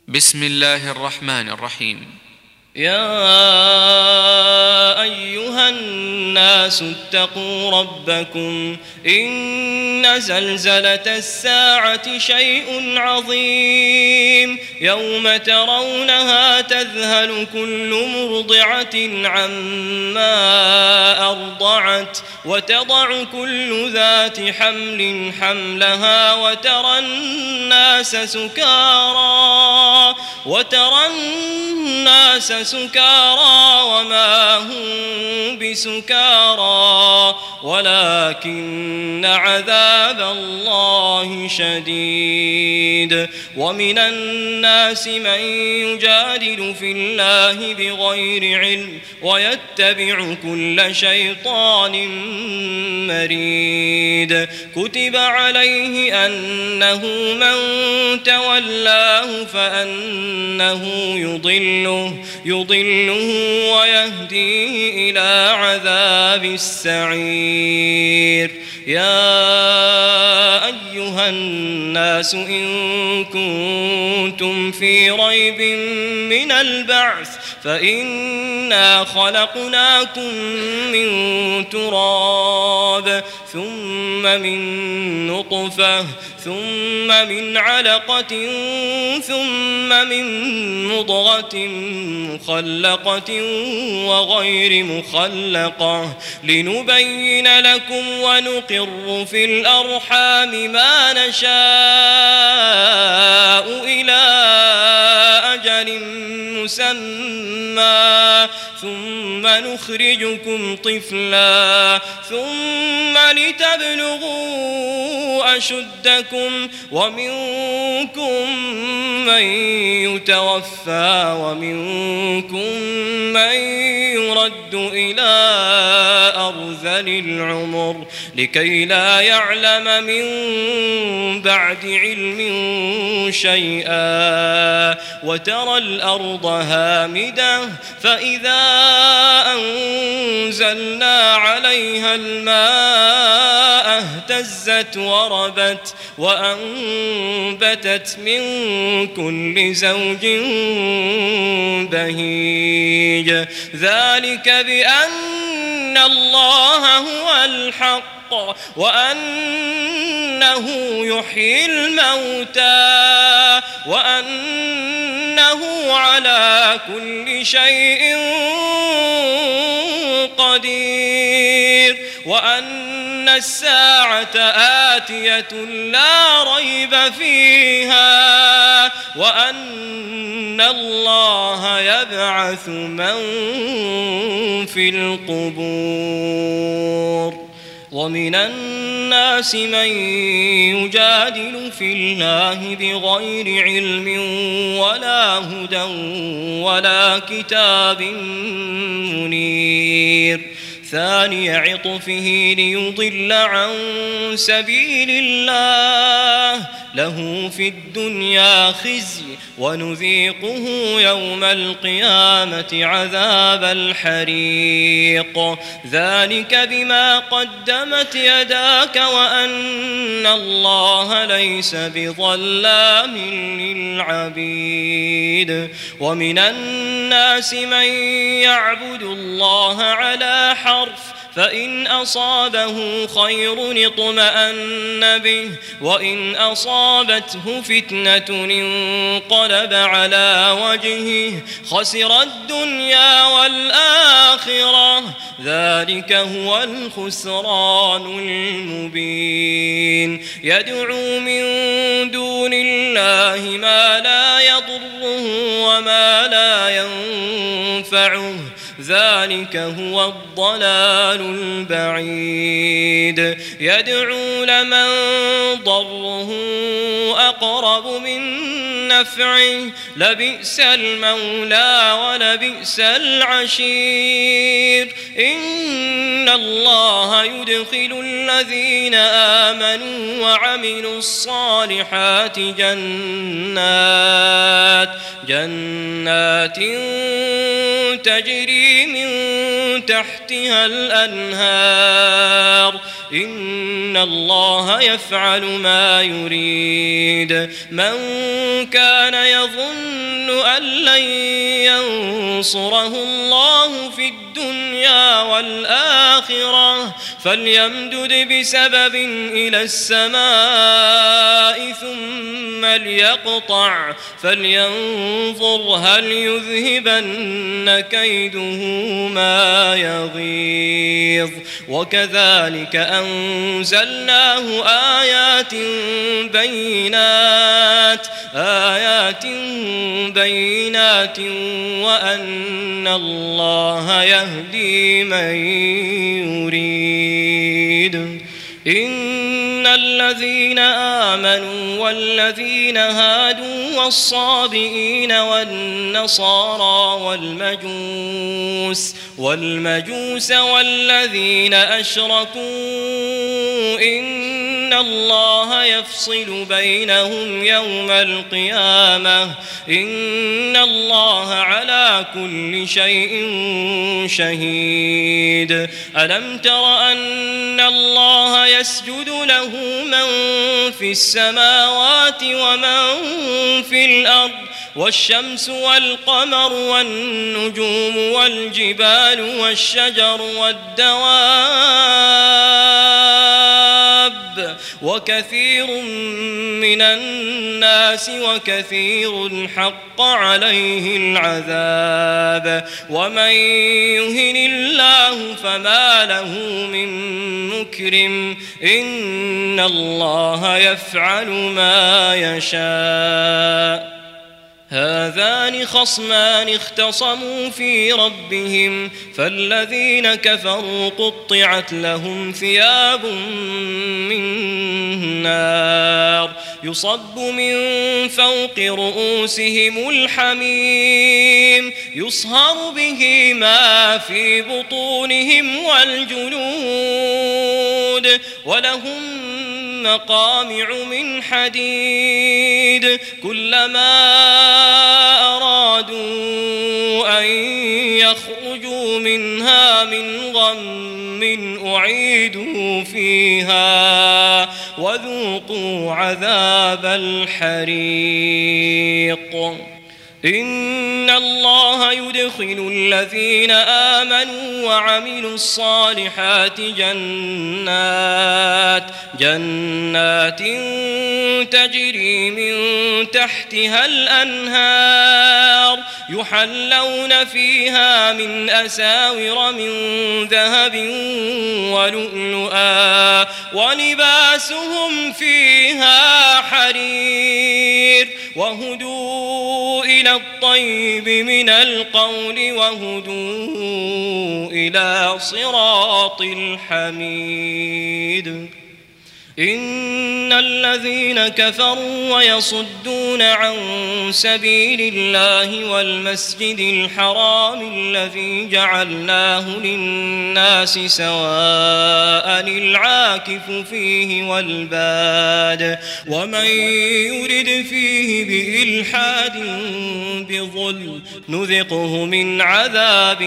بسم الله الرحمن الرحيم. يا أيها الناس اتقوا ربكم إن زلزلة الساعة شيء عظيم يوم ترونها تذهل كل مرضعة عما أرضعت وتضع كل ذات حمل حملها وترى الناس سكارى وما هم بسكارى ولكن عذاب الله شديد. ومن الناس من يجادل في الله بغير علم ويتبع كل شيطان مريد. كتب عليه أنه من تولاه فأنه يضله ويهديه إلى عذاب السعير. يا أيها الناس إن كنتم في ريب من البعث فإنا خلقناكم من تراب ثم من نطفة ثم من علقة ثم من مضغة مخلقة وغير مخلقة لنبين لكم ونقر في الأرحام ما نشاء إلى أجل مسمى ثم نخرجكم طفلا ثم لتبلغوا أشدكم ومنكم من يتوفى ومنكم من يرد إلى أرذل العمر لكي لا يعلم من بعد علم شيئا. وترى الأرض هامدة فإذا أنزلنا عليها الماء اهتزت وربت وأنبتت من كل زوج بهيج. ذلك بأن الله هو الحق وأنه يحيي الموتى وأنه على كل شيء قدير وأن الساعة آتية لا ريب فيها وأن الله يبعث من في القبور. ومن الناس من يجادل في الله بغير علم ولا هدى ولا كتاب منير. ثاني عطفه ليضل عن سبيل الله له في الدنيا خزي ونذيقه يوم القيامة عذاب الحريق. ذلك بما قدمت يداك وأن الله ليس بظلام للعبيد. ومن الناس من يعبد الله على حرف فإن أصابه خير اطمأن به وإن أصابته فتنة انقلب على وجهه خسر الدنيا والآخرة ذلك هو الخسران المبين. يدعو من دون الله ما لا يضره وما لا ينفعه ذلك هو الضلال البعيد. يدعو لمن ضره أقرب من نفعه لبئس المولى ولبئس العشير. إن الله يدخل الذين آمنوا وعملوا الصالحات جنات تجري من تحتها الأنهار إن الله يفعل ما يريد. من كان يظن أن لن ينصره الله في الدنيا والآخرة فليمدد بسبب إلى السماء ثم ليقطع فلينظر هل يذهبن كيده ما يغيظ وكذلك أنزلناه آيات بينات وأن الله يهدي من يريد إن الذين آمنوا والذين هادوا والصابئين والنصارى والمجوس والذين أشركوا إن الله يفصل بينهم يوم القيامة إن الله على كل شيء شهيد ألم تر أن الله يسجد له من في السماوات ومن في الأرض والشمس والقمر والنجوم والجبال والشجر والدواب وكثير من الناس وكثير حق عليه العذاب ومن يهن الله فما له من مكرم إن الله يفعل ما يشاء هذان خصمان اختصموا في ربهم فالذين كفروا قطعت لهم ثياب من نار يصب من فوق رؤوسهم الحميم يصهر به ما في بطونهم والجلود ولهم مقامع من حديد كلما أرادوا أن يخرجوا منها من غم أعيدوا فيها وذوقوا عذاب الحريق إن الله يدخل الذين آمنوا وعملوا الصالحات جنات تجري من تحتها الأنهار يحلون فيها من أساور من ذهب ولؤلؤا ولباسهم فيها حرير وهدوا إلى الطيب من القول وهدوا إلى صراط الحميد إن الذين كفروا ويصدون عن سبيل الله والمسجد الحرام الذي جعلناه للناس سواء العاكف فيه والباد ومن يرد فيه بإلحاد بظلم نذقه من عذاب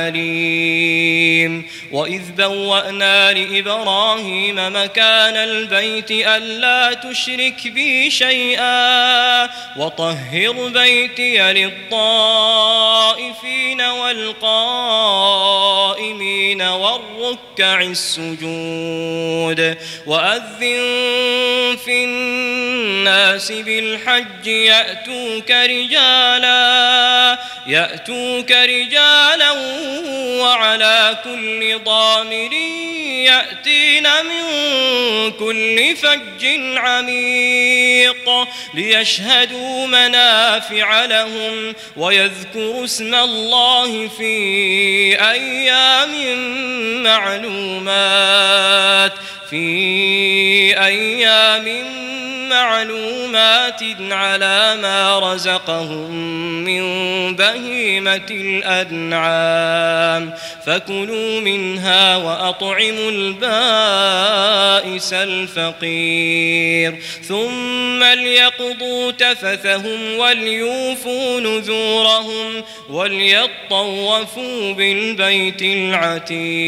أليم وإذ بوأنا لإبراهيم مكان البيت ألا تشرك بي شيئا وطهر بيتي للطائفين والقائمين والركع السجود وأذن في الناس بالحج يأتوك رجالا وعلى كل ضامر يأتين من كل فج عميق ليشهدوا منافع لهم ويذكروا اسم الله في أيام معلومات على ما رزقهم من بهيمة الأنعام فكلوا منها وأطعموا البائس الفقير ثم ليقضوا تفثهم وليوفوا نذورهم وليطوفوا بالبيت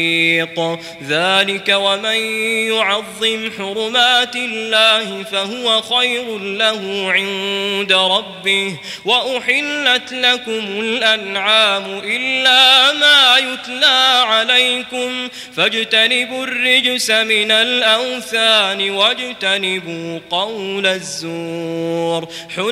العتيق ذلك ومن يعظم حرمات الله فهو فهو خير له عند ربه، وأحلت لكم الأنعام إلا ما يتلى عليكم، فاجتنبوا الرجس من الأوثان واجتنبوا قول الزور،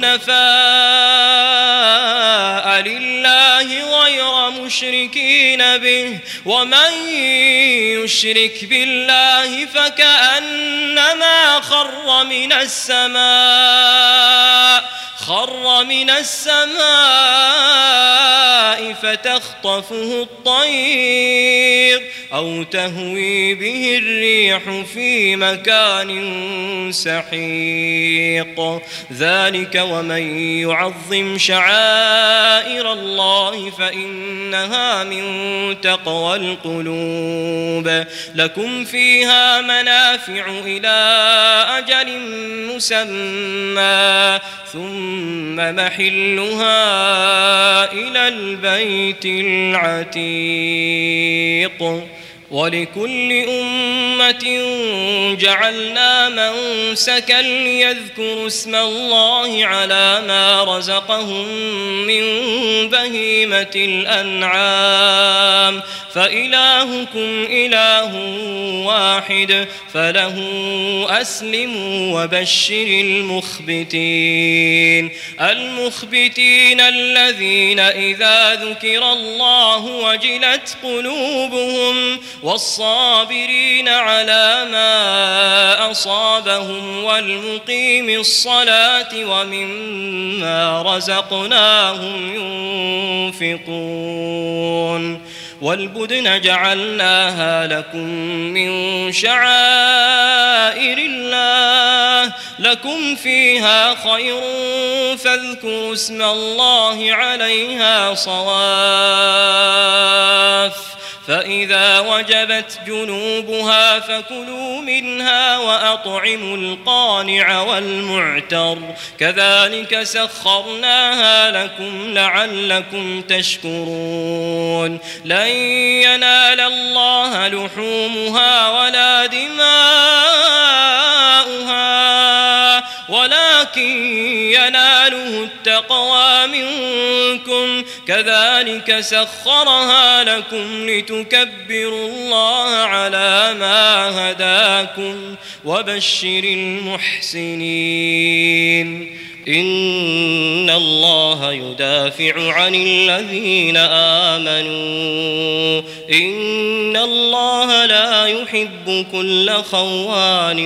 حنفاء لله غير مشركين به، ومن يشرك بالله فكأنما خر من السماء فتخطفه الطير أو تهوي به الريح في مكان سحيق. ذلك ومن يعظم شعائر الله فإنها من تقوى القلوب. لكم فيها منافع إلى أجل مسمى ثم محلها إلى البيت العتيق. ولكل أمة جعلنا منسكا ليذكروا اسم الله على ما رزقهم من بهيمة الأنعام، فإلهكم إله واحد فله أسلموا وبشر المخبتين الذين إذا ذكر الله وجلت قلوبهم، والصابرين على ما أصابهم والمقيم الصلاة ومما رزقناهم ينفقون. والبدن جعلناها لكم من شعائر الله لكم فيها خير فاذكروا اسم الله عليها صواف، فإذا وجبت جنوبها فكلوا منها وأطعموا القانع والمعتر، كذلك سخرناها لكم لعلكم تشكرون. لن ينال الله لحومها ولا دماؤها ولكن يناله التقوى منكم، كذلك سخرها لكم لتكبروا الله على ما هداكم وبشر المحسنين. إن الله يدافع عن الذين آمنوا إن الله لا يحب كل خوان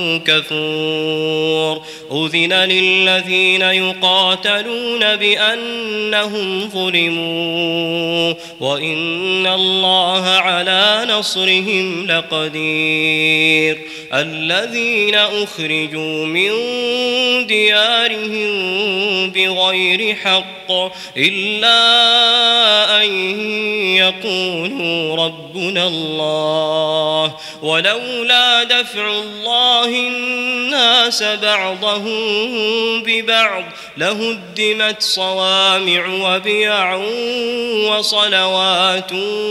كفور. أذن للذين يقاتلون بأنهم ظلموا وإن الله على نصرهم لقدير. الذين أخرجوا من ديارهم بغير حق إلا أن يقولوا ربنا الله، ولولا دفع الله الناس بعضهم ببعض لهدمت صوامع وبيع وصلوات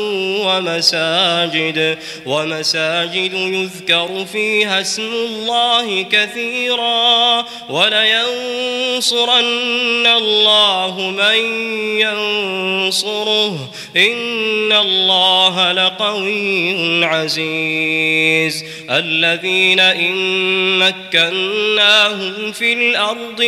ومساجد يذكر فيها اسم الله كثيرا ولينصرن الله من ينصره إن الله لقوي عزيز. الذين إن مكناهم في الأرض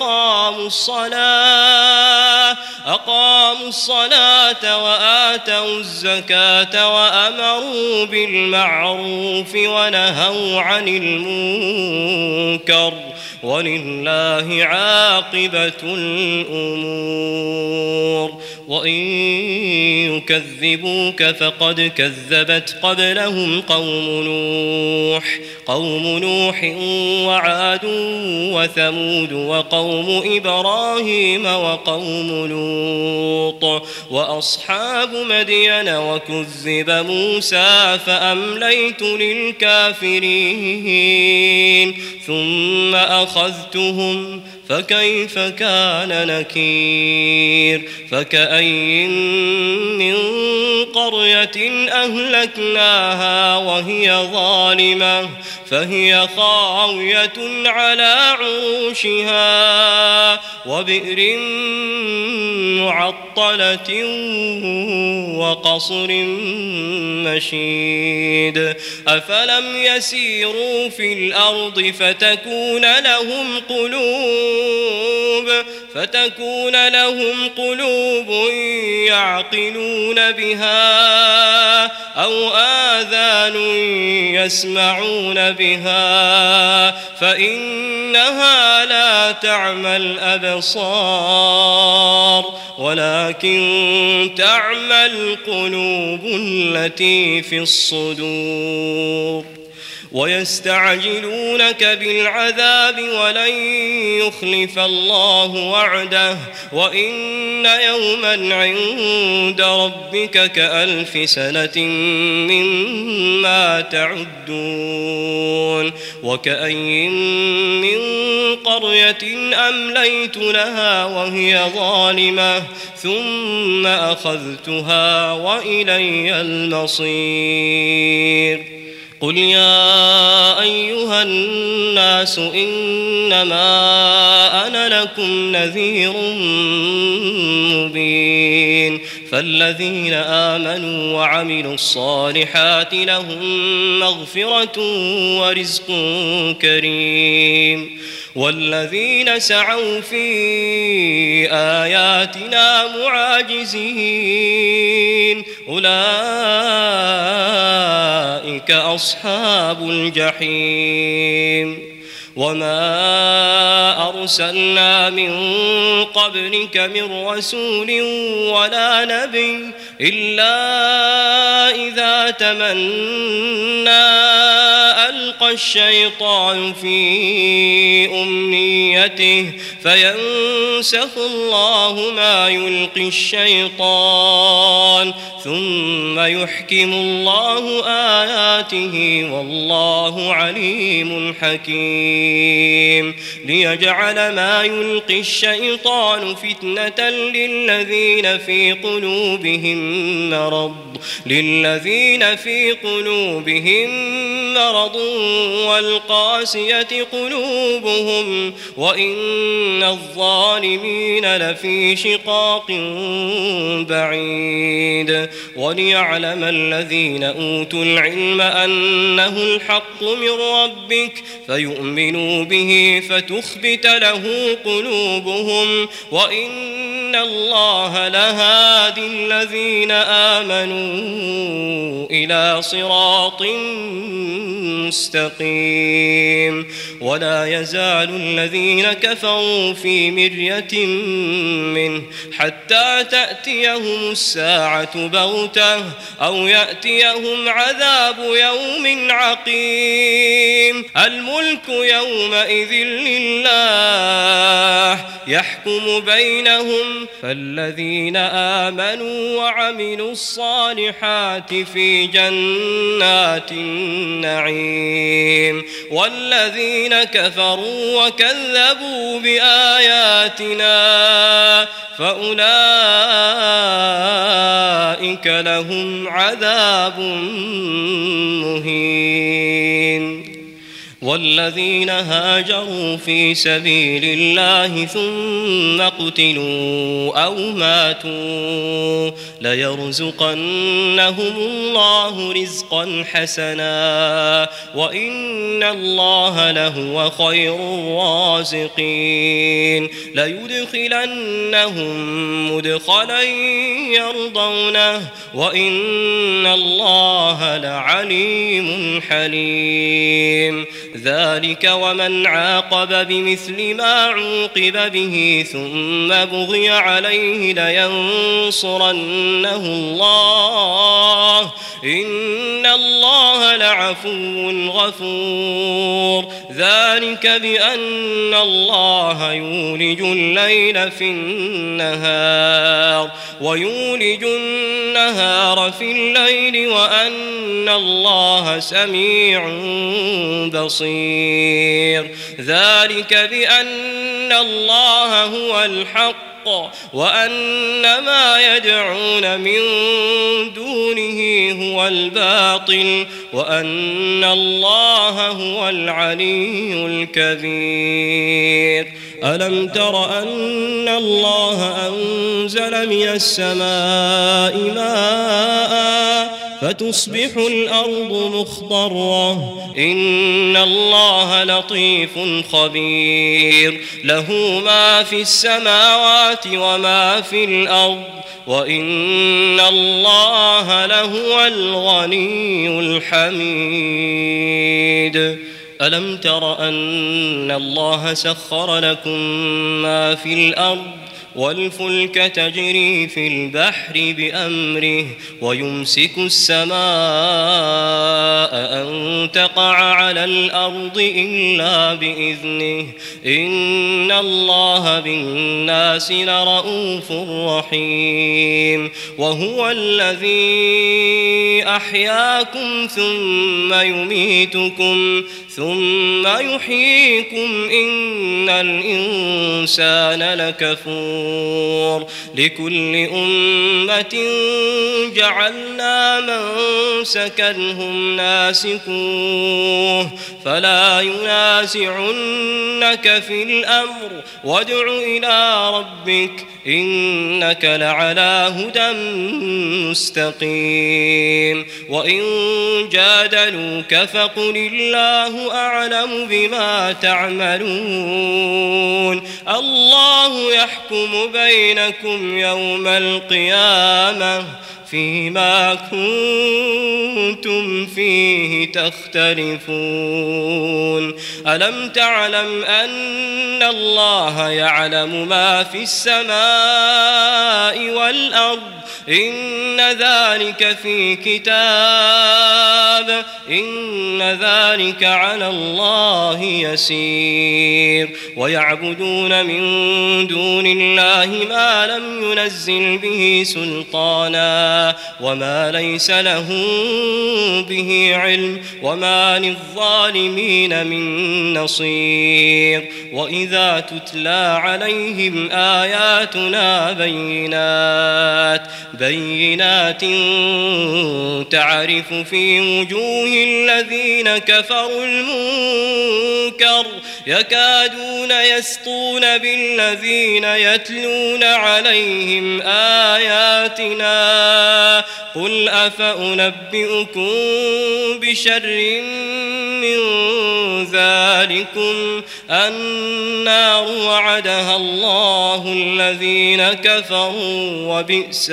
أقاموا الصلاة وآتوا الزكاة وأمروا بالمعروف ونهوا عن المنكر ولله عاقبة الأمور. وإن يكذبوك فقد كذبت قبلهم قوم نوح وعاد وثمود وقوم إبراهيم وقوم لوط وأصحاب مدين وكذب موسى فأمليت للكافرين ثم أخذتهم فكيف كان نكير فكأي من قرية أهلكناها وهي ظالمة فهي خاوية على عروشها وبئر معطلة وقصر مشيد أفلم يسيروا في الأرض فتكون لهم قلوب يعقلون بها أو آذان يسمعون بها فإنها لا تعمى الأبصار ولكن تعمى القلوب التي في الصدور ويستعجلونك بالعذاب ولن يخلف الله وعده وإن يوما عند ربك كألف سنة مما تعدون وكأي من قرية أمليت لها وهي ظالمة ثم أخذتها وإلي المصير قل يا أيها الناس إنما أنا لكم نذير مبين فالذين آمنوا وعملوا الصالحات لهم مغفرة ورزق كريم والذين سعوا في آياتنا معاجزين أولئك أصحاب الجحيم وما أرسلنا من قبلك من رسول ولا نبي إلا إذا تمنى ألقى الشيطان في أمنيته فينسخ الله ما يلقي الشيطان ثم يحكم الله آياته والله عليم حكيم ليجعل ما يلقي الشيطان فتنة للذين في قلوبهم مرض والقاسية قلوبهم وإن الظالمين لفي شقاق بعيد وليعلم الذين أوتوا العلم أنه الحق من ربك فيؤمنوا به فتخبت له قلوبهم وإن الله لهادي الذين آمنوا إلى صراط مستقيم ولا يزال الذين كفروا في مرية منه حتى تأتيهم الساعة بغتة أو يأتيهم عذاب يوم عقيم الملك يومئذ لله يحكم بينهم فالذين آمنوا وعملوا الصالحات في جنات النعيم والذين كفروا وكذبوا بآياتنا فأولئك لهم عذاب مهين والذين هاجروا في سبيل الله ثم قتلوا أو ماتوا ليرزقنهم الله رزقا حسنا وإن الله لهو خير الرازقين ليدخلنهم مدخلا يرضونه وإن الله لعليم حليم ذلك ومن عاقب بمثل ما عوقب به ثم بغي عليه لينصرنه الله إن الله لعفو غفور ذلك بأن الله يولج الليل في النهار ويولج النهار في الليل وأن الله سميع بصير. ذلك بأن الله هو الحق وأن ما يدعون من دونه هو الباطل وأن الله هو العلي الكبير. ألم تر أن الله أنزل من السماء ماء فتصبح الأرض مخضرة إن الله لطيف خبير له ما في السماوات وما في الأرض وإن الله لهو الغني الحميد. ألم تر أن الله سخر لكم ما في الأرض والفلك تجري في البحر بأمره ويمسك السماء أن تقع على الأرض إلا بإذنه إن الله بالناس لرؤوف رحيم. وهو الذي أحياكم ثم يميتكم ثم يحييكم إن الإنسان لكفور. لكل أمة جعلنا منسكا هم ناسكوه فلا ينازعنك في الأمر وادع إلى ربك إنك لعلى هدى مستقيم. وإن جادلوك فقل الله أعلم بما تعملون الله يحكم بينكم يوم القيامة فيما كنتم فيه تختلفون. ألم تعلم أن الله يعلم ما في السماء والأرض إن ذلك في كتاب إن ذلك على الله يسير. ويعبدون من دون الله ما لم ينزل به سلطانا وما ليس له به علم وما للظالمين من نصير. وإذا تتلى عليهم آياتنا بينات تعرف في وجوه الذين كفروا المنكر يكادون يسطون بالذين يتلون عليهم آياتنا قل أفأنبئكم بشر من ذلكم النار وعدها الله الذين كفروا وبئس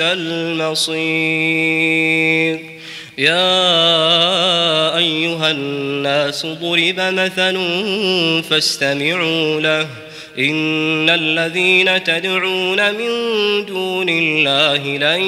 المصير. يا أيها الناس ضرب مثل فاستمعوا له إن الذين تدعون من دون الله لن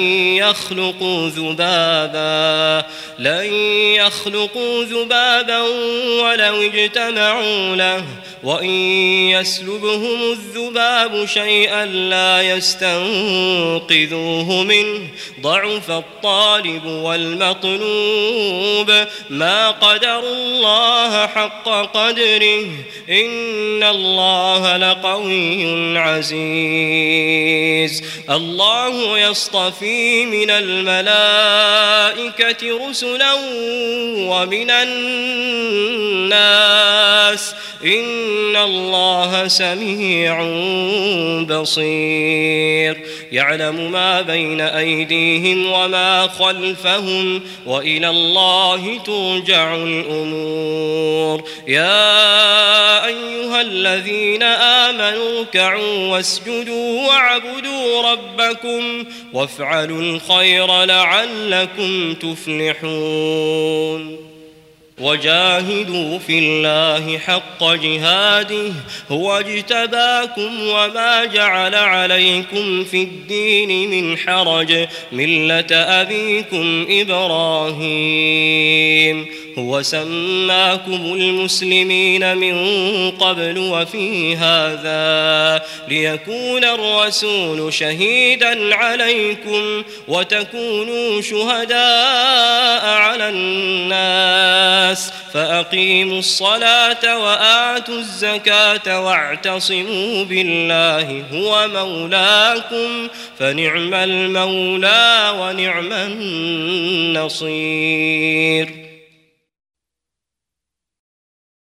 يخلقوا ذبابا ولو اجتمعوا له وإن يسلبهم الذباب شيئا لا يستنقذوه منه ضعف الطالب والمطلوب ما قدروا الله حق قدره إن الله لقوي عزيز. الله يصطفي من الملائكة رسلا ومن الناس إن الله سميع بصير. يعلم ما بين أيديهم وما خلفهم وإلى الله ترجع الأمور. يا أيها الذين آمنوا اركعوا واسجدوا واعبدوا ربكم وافعلوا الخير لعلكم تفلحون. وجاهدوا في الله حق جهاده هو اجتباكم وما جعل عليكم في الدين من حرج ملة أبيكم إبراهيم هو سماكم المسلمين من قبل وفي هذا ليكون الرسول شهيدا عليكم وتكونوا شهداء على الناس فأقيموا الصلاة وآتوا الزكاة واعتصموا بالله هو مولاكم فنعم المولى ونعم النصير.